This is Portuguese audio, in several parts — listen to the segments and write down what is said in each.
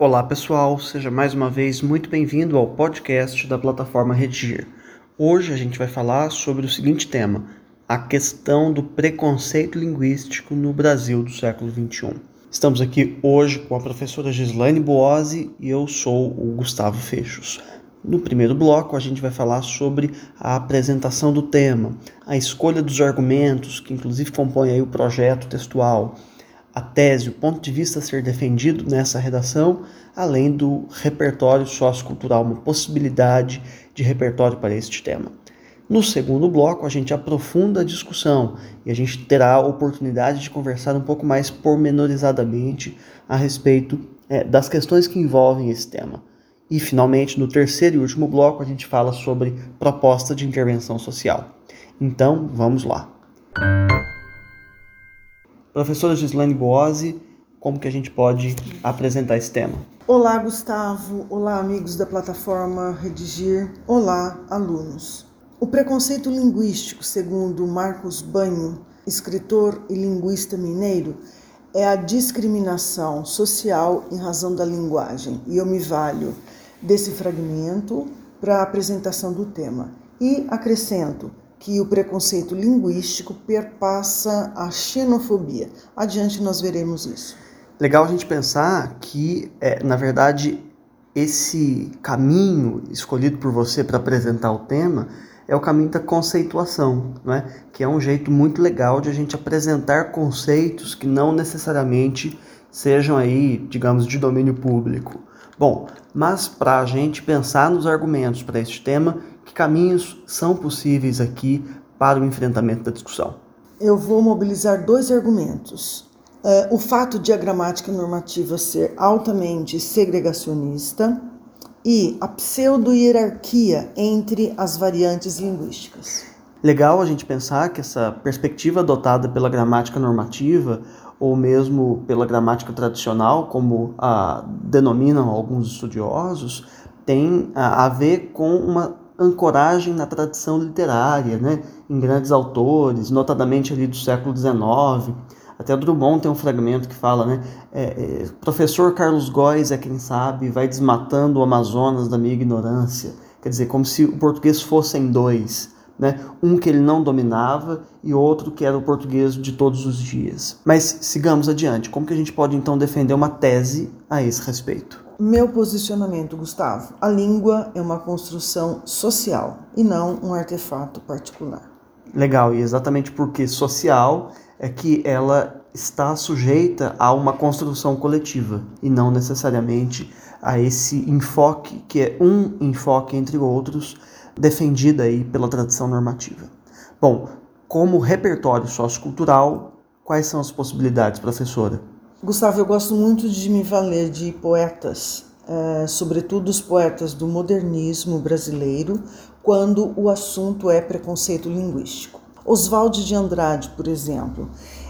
Olá pessoal, seja mais uma vez muito bem-vindo ao podcast da plataforma Redigir. Hoje a gente vai falar sobre o seguinte tema: a questão do preconceito linguístico no Brasil do século XXI. Estamos aqui hoje com a professora Gislaine Boazzi e eu sou o Gustavo Fechos. No primeiro bloco a gente vai falar sobre a apresentação do tema, a escolha dos argumentos, que inclusive compõem aí o projeto textual, a tese, o ponto de vista a ser defendido nessa redação, além do repertório sociocultural, uma possibilidade de repertório para este tema. No segundo bloco, a gente aprofunda a discussão e a gente terá a oportunidade de conversar um pouco mais pormenorizadamente a respeito das questões que envolvem esse tema. E, finalmente, no terceiro e último bloco, a gente fala sobre proposta de intervenção social. Então, vamos lá. Professora Gislaine Boazzi, como que a gente pode apresentar esse tema? Olá, Gustavo. Olá, amigos da plataforma Redigir. Olá, alunos. O preconceito linguístico, segundo Marcos Banho, escritor e linguista mineiro, é a discriminação social em razão da linguagem. E eu me valho desse fragmento para a apresentação do tema. E acrescento que o preconceito linguístico perpassa a xenofobia. Adiante nós veremos isso. Legal a gente pensar que, na verdade, esse caminho escolhido por você para apresentar o tema é o caminho da conceituação, não é? Que é um jeito muito legal de a gente apresentar conceitos que não necessariamente sejam aí, digamos, de domínio público. Bom, mas para a gente pensar nos argumentos para este tema, que caminhos são possíveis aqui para o enfrentamento da discussão? Eu vou mobilizar dois argumentos. O fato de a gramática normativa ser altamente segregacionista e a pseudo-hierarquia entre as variantes linguísticas. Legal a gente pensar que essa perspectiva adotada pela gramática normativa ou mesmo pela gramática tradicional, como a denominam alguns estudiosos, tem a ver com uma ancoragem na tradição literária, né? Em grandes autores, notadamente ali do século XIX. Até Drummond tem um fragmento que fala, né? Professor Carlos Góes é quem sabe, vai desmatando o Amazonas da minha ignorância. Quer dizer, como se o português fossem dois, né? Um que ele não dominava e outro que era o português de todos os dias. Mas sigamos adiante. Como que a gente pode então defender uma tese a esse respeito? Meu posicionamento, Gustavo: a língua é uma construção social e não um artefato particular. Legal, e exatamente porque social é que ela está sujeita a uma construção coletiva e não necessariamente a esse enfoque, que é um enfoque entre outros, defendido aí pela tradição normativa. Bom, como repertório sociocultural, quais são as possibilidades, professora? Gustavo, eu gosto muito de me valer de poetas, sobretudo os poetas do modernismo brasileiro, quando o assunto é preconceito linguístico. Oswald de Andrade, por exemplo,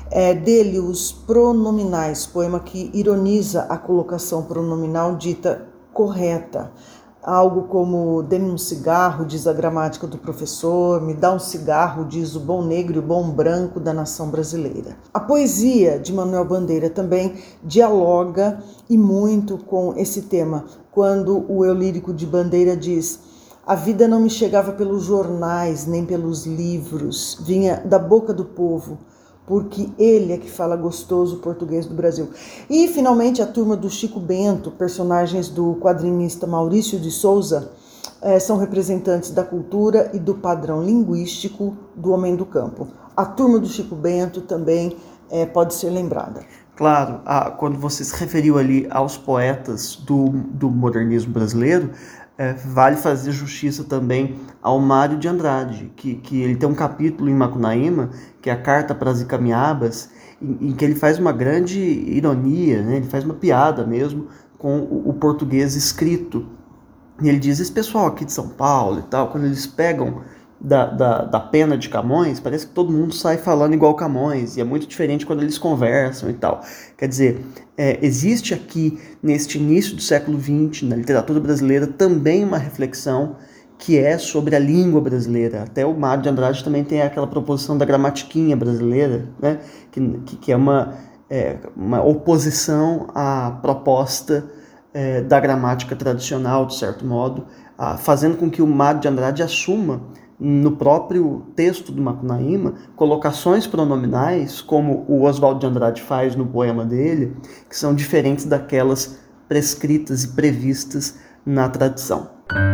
dele Os Pronominais, poema que ironiza a colocação pronominal dita correta. Algo como: dê-me um cigarro, diz a gramática do professor, me dá um cigarro, diz o bom negro e o bom branco da nação brasileira. A poesia de Manuel Bandeira também dialoga e muito com esse tema, quando o eu lírico de Bandeira diz: a vida não me chegava pelos jornais, nem pelos livros, vinha da boca do povo, porque ele é que fala gostoso o português do Brasil. E, finalmente, a turma do Chico Bento, personagens do quadrinista Maurício de Souza, são representantes da cultura e do padrão linguístico do homem do campo. A turma do Chico Bento também pode ser lembrada. Claro, quando você se referiu ali aos poetas do modernismo brasileiro, vale fazer justiça também ao Mário de Andrade, que ele tem um capítulo em Macunaíma, que é a Carta para as Icamiabas, em que ele faz uma grande ironia, né? Ele faz uma piada mesmo com o português escrito. E ele diz: esse pessoal aqui de São Paulo e tal, quando eles pegam da pena de Camões, parece que todo mundo sai falando igual Camões, e é muito diferente quando eles conversam e tal. Quer dizer, existe aqui, neste início do século XX, na literatura brasileira, também uma reflexão que é sobre a língua brasileira. Até o Mário de Andrade também tem aquela proposição da gramatiquinha brasileira, né? que é uma oposição à proposta da gramática tradicional, de certo modo, fazendo com que o Mário de Andrade assuma no próprio texto do Macunaíma colocações pronominais, como o Oswald de Andrade faz no poema dele, que são diferentes daquelas prescritas e previstas na tradição.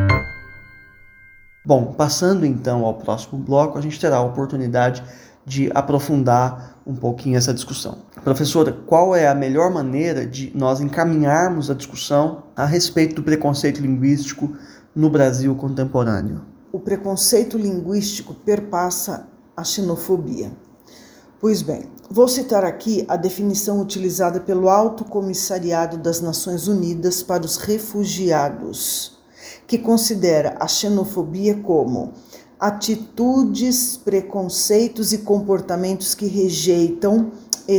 Bom, passando então ao próximo bloco, a gente terá a oportunidade de aprofundar um pouquinho essa discussão. Professora, qual é a melhor maneira de nós encaminharmos a discussão a respeito do preconceito linguístico no Brasil contemporâneo? O preconceito linguístico perpassa a xenofobia. Pois bem, vou citar aqui a definição utilizada pelo Alto Comissariado das Nações Unidas para os Refugiados, que considera a xenofobia como atitudes, preconceitos e comportamentos que rejeitam,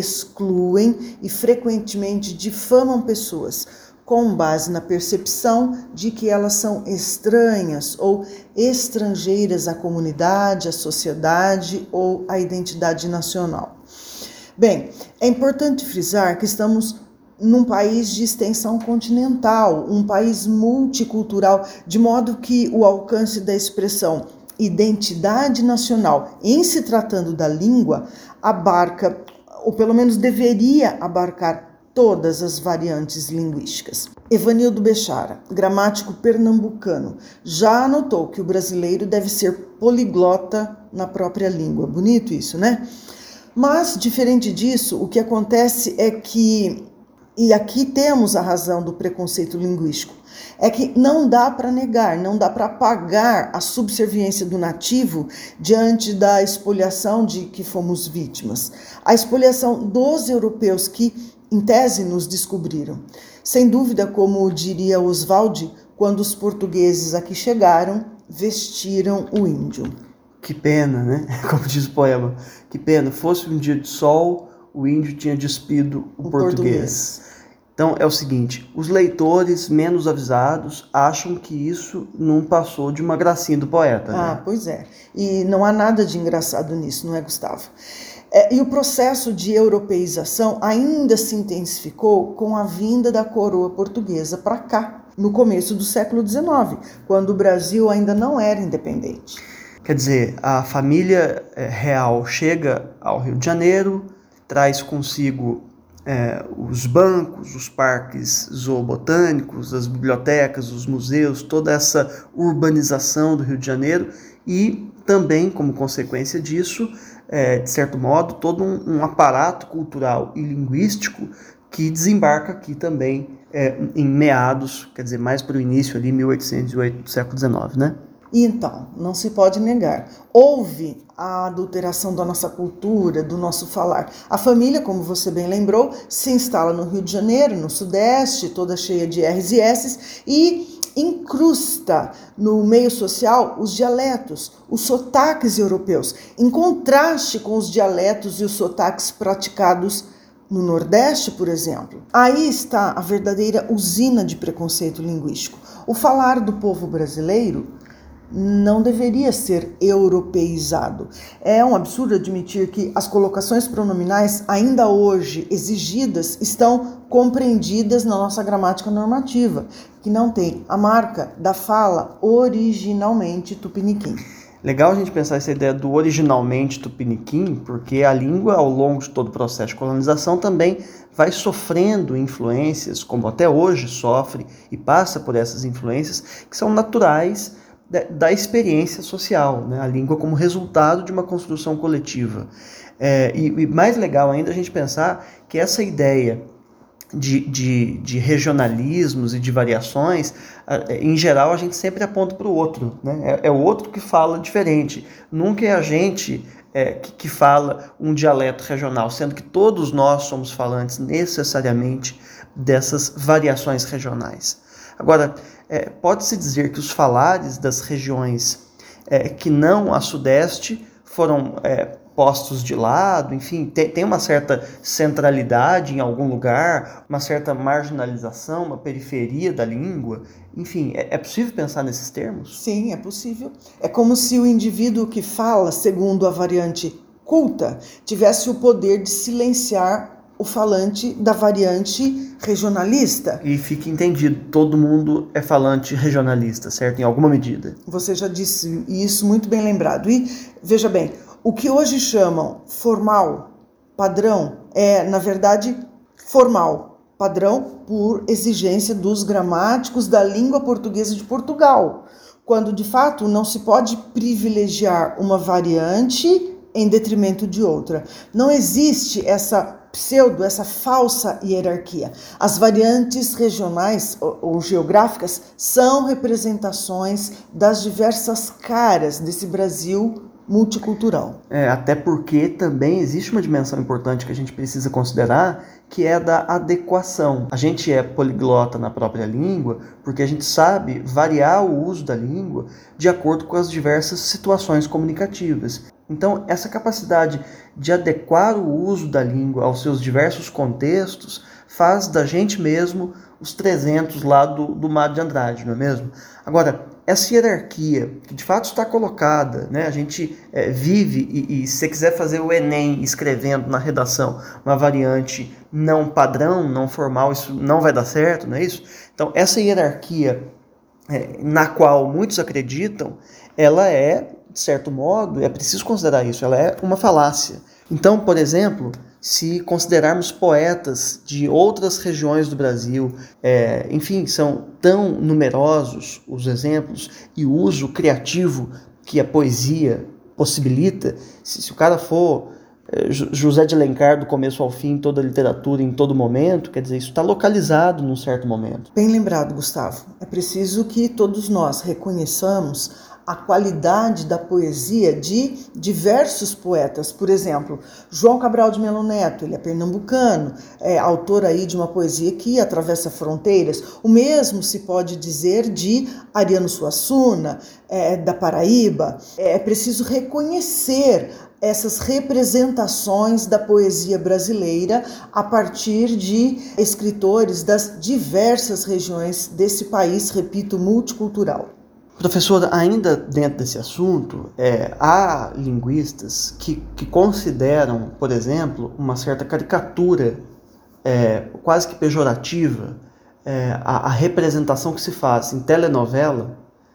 excluem e frequentemente difamam pessoas, com base na percepção de que elas são estranhas ou estrangeiras à comunidade, à sociedade ou à identidade nacional. Bem, é importante frisar que estamos num país de extensão continental, um país multicultural, de modo que o alcance da expressão identidade nacional, em se tratando da língua, abarca, ou pelo menos deveria abarcar, todas as variantes linguísticas. Evanildo Bechara, gramático pernambucano, já anotou que o brasileiro deve ser poliglota na própria língua. Bonito isso, né? Mas, diferente disso, o que acontece é que, e aqui temos a razão do preconceito linguístico, é que não dá para negar, não dá para apagar a subserviência do nativo diante da expoliação de que fomos vítimas. A expoliação dos europeus que, em tese, nos descobriram. Sem dúvida, como diria Oswald, quando os portugueses aqui chegaram, vestiram o índio. Que pena, né? Como diz o poema. Que pena, fosse um dia de sol, o índio tinha despido o português. Então é o seguinte, os leitores menos avisados acham que isso não passou de uma gracinha do poeta. Né? Pois é. E não há nada de engraçado nisso, não é, Gustavo? E o processo de europeização ainda se intensificou com a vinda da coroa portuguesa para cá, no começo do século XIX, quando o Brasil ainda não era independente. Quer dizer, a família real chega ao Rio de Janeiro, traz consigo os bancos, os parques zoobotânicos, as bibliotecas, os museus, toda essa urbanização do Rio de Janeiro e também, como consequência disso, de certo modo, todo um aparato cultural e linguístico que desembarca aqui também em meados, quer dizer, mais para o início ali, 1808 do século XIX, né? E então, não se pode negar, houve a adulteração da nossa cultura, do nosso falar. A família, como você bem lembrou, se instala no Rio de Janeiro, no Sudeste, toda cheia de R's e S's, e incrusta no meio social os dialetos, os sotaques europeus, em contraste com os dialetos e os sotaques praticados no Nordeste, por exemplo. Aí está a verdadeira usina de preconceito linguístico. O falar do povo brasileiro não deveria ser europeizado. É um absurdo admitir que as colocações pronominais, ainda hoje exigidas, estão compreendidas na nossa gramática normativa, que não tem a marca da fala originalmente tupiniquim. Legal a gente pensar essa ideia do originalmente tupiniquim, porque a língua, ao longo de todo o processo de colonização, também vai sofrendo influências, como até hoje sofre e passa por essas influências, que são naturais da experiência social, né? A língua como resultado de uma construção coletiva. E mais legal ainda a gente pensar que essa ideia de regionalismos e de variações, em geral a gente sempre aponta para o outro, né? É o outro que fala diferente, nunca é a gente que fala um dialeto regional, sendo que todos nós somos falantes necessariamente dessas variações regionais. Agora, pode-se dizer que os falares das regiões que não a Sudeste foram postos de lado, enfim, tem uma certa centralidade em algum lugar, uma certa marginalização, uma periferia da língua, enfim, é possível pensar nesses termos? Sim, é possível. É como se o indivíduo que fala, segundo a variante culta, tivesse o poder de silenciar o falante da variante regionalista. E fique entendido, todo mundo é falante regionalista, certo? Em alguma medida. Você já disse isso, muito bem lembrado. E, veja bem, o que hoje chamam formal, padrão, é, na verdade, formal, padrão por exigência dos gramáticos da língua portuguesa de Portugal, quando, de fato, não se pode privilegiar uma variante em detrimento de outra. Não existe essa falsa hierarquia. As variantes regionais ou geográficas são representações das diversas caras desse Brasil multicultural. Até porque também existe uma dimensão importante que a gente precisa considerar, que é da adequação. A gente é poliglota na própria língua porque a gente sabe variar o uso da língua de acordo com as diversas situações comunicativas. Então, essa capacidade de adequar o uso da língua aos seus diversos contextos faz da gente mesmo os 300 lá do Mário de Andrade, não é mesmo? Agora, essa hierarquia que de fato está colocada, né? A gente vive e se você quiser fazer o Enem escrevendo na redação uma variante não padrão, não formal, isso não vai dar certo, não é isso? Então, essa hierarquia na qual muitos acreditam, ela é, de certo modo, é preciso considerar isso, ela é uma falácia. Então, por exemplo, se considerarmos poetas de outras regiões do Brasil, enfim, são tão numerosos os exemplos e o uso criativo que a poesia possibilita, se o cara for José de Alencar do começo ao fim, toda a literatura em todo momento, quer dizer, isso está localizado num certo momento. Bem lembrado, Gustavo. É preciso que todos nós reconheçamos a qualidade da poesia de diversos poetas. Por exemplo, João Cabral de Melo Neto, ele é pernambucano, é autor aí de uma poesia que atravessa fronteiras. O mesmo se pode dizer de Ariano Suassuna, da Paraíba. É preciso reconhecer essas representações da poesia brasileira a partir de escritores das diversas regiões desse país, repito, multicultural. Professora, ainda dentro desse assunto, há linguistas que consideram, por exemplo, uma certa caricatura quase que pejorativa a representação que se faz em telenovela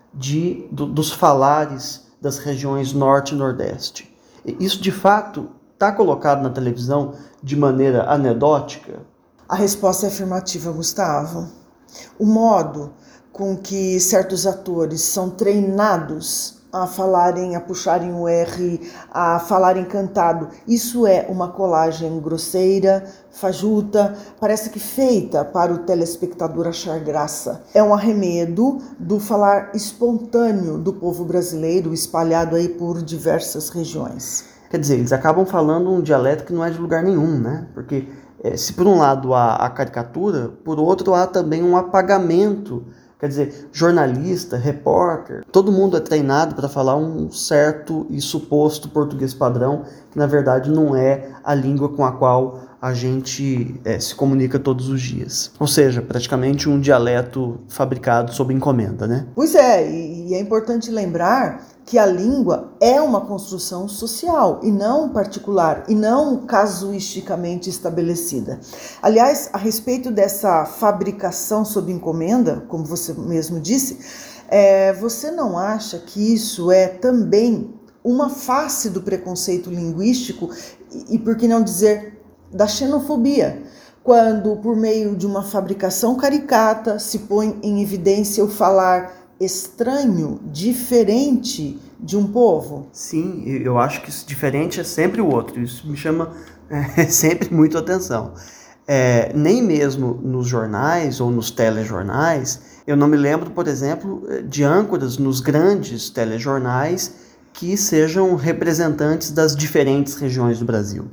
dos falares das regiões norte e nordeste. Isso, de fato, está colocado na televisão de maneira anedótica? A resposta é afirmativa, Gustavo. O modo com que certos atores são treinados a falarem, a puxarem o R, a falarem cantado, isso é uma colagem grosseira, fajuta, parece que feita para o telespectador achar graça. É um arremedo do falar espontâneo do povo brasileiro, espalhado aí por diversas regiões. Quer dizer, eles acabam falando um dialeto que não é de lugar nenhum, né? Porque se por um lado há a caricatura, por outro há também um apagamento. Quer dizer, jornalista, repórter, todo mundo é treinado para falar um certo e suposto português padrão, que na verdade não é a língua com a qual a gente se comunica todos os dias. Ou seja, praticamente um dialeto fabricado sob encomenda, né? Pois é, e é importante lembrar que a língua é uma construção social e não particular, e não casuisticamente estabelecida. Aliás, a respeito dessa fabricação sob encomenda, como você mesmo disse, você não acha que isso é também uma face do preconceito linguístico e, por que não dizer, da xenofobia? Quando, por meio de uma fabricação caricata, se põe em evidência o falar estranho, diferente de um povo? Sim, eu acho que isso diferente é sempre o outro. Isso me chama sempre muito atenção. Nem mesmo nos jornais ou nos telejornais, eu não me lembro, por exemplo, de âncoras nos grandes telejornais que sejam representantes das diferentes regiões do Brasil.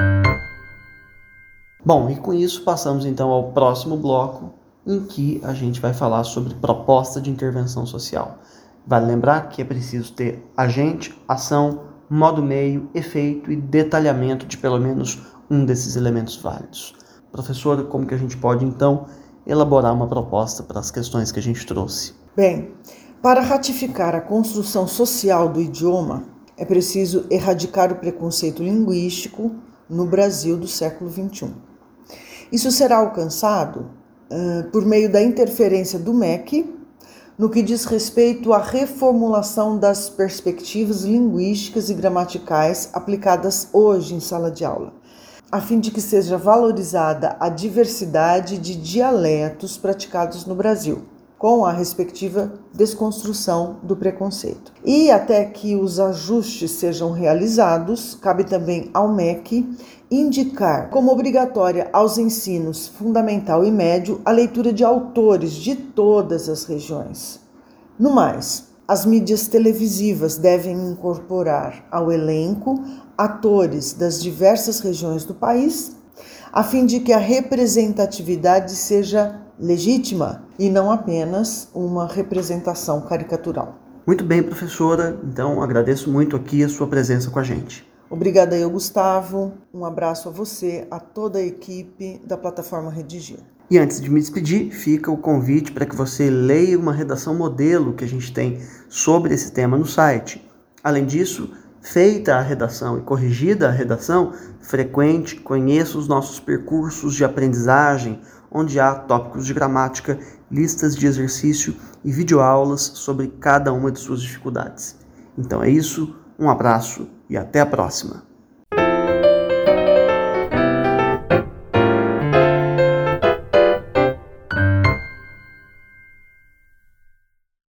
Bom, e com isso passamos então ao próximo bloco, em que a gente vai falar sobre proposta de intervenção social. Vale lembrar que é preciso ter agente, ação, modo meio, efeito e detalhamento de pelo menos um desses elementos válidos. Professora, como que a gente pode então elaborar uma proposta para as questões que a gente trouxe? Bem, para ratificar a construção social do idioma, é preciso erradicar o preconceito linguístico no Brasil do século XXI. Isso será alcançado por meio da interferência do MEC, no que diz respeito à reformulação das perspectivas linguísticas e gramaticais aplicadas hoje em sala de aula, a fim de que seja valorizada a diversidade de dialetos praticados no Brasil, com a respectiva desconstrução do preconceito. E até que os ajustes sejam realizados, cabe também ao MEC indicar como obrigatória aos ensinos fundamental e médio a leitura de autores de todas as regiões. No mais, as mídias televisivas devem incorporar ao elenco atores das diversas regiões do país, a fim de que a representatividade seja legítima e não apenas uma representação caricatural. Muito bem, professora. Então, agradeço muito aqui a sua presença com a gente. Obrigada eu, Gustavo. Um abraço a você, a toda a equipe da plataforma Redigir. E antes de me despedir, fica o convite para que você leia uma redação modelo que a gente tem sobre esse tema no site. Além disso, feita a redação e corrigida a redação, frequente, conheça os nossos percursos de aprendizagem, onde há tópicos de gramática, listas de exercício e videoaulas sobre cada uma de suas dificuldades. Então é isso, um abraço e até a próxima!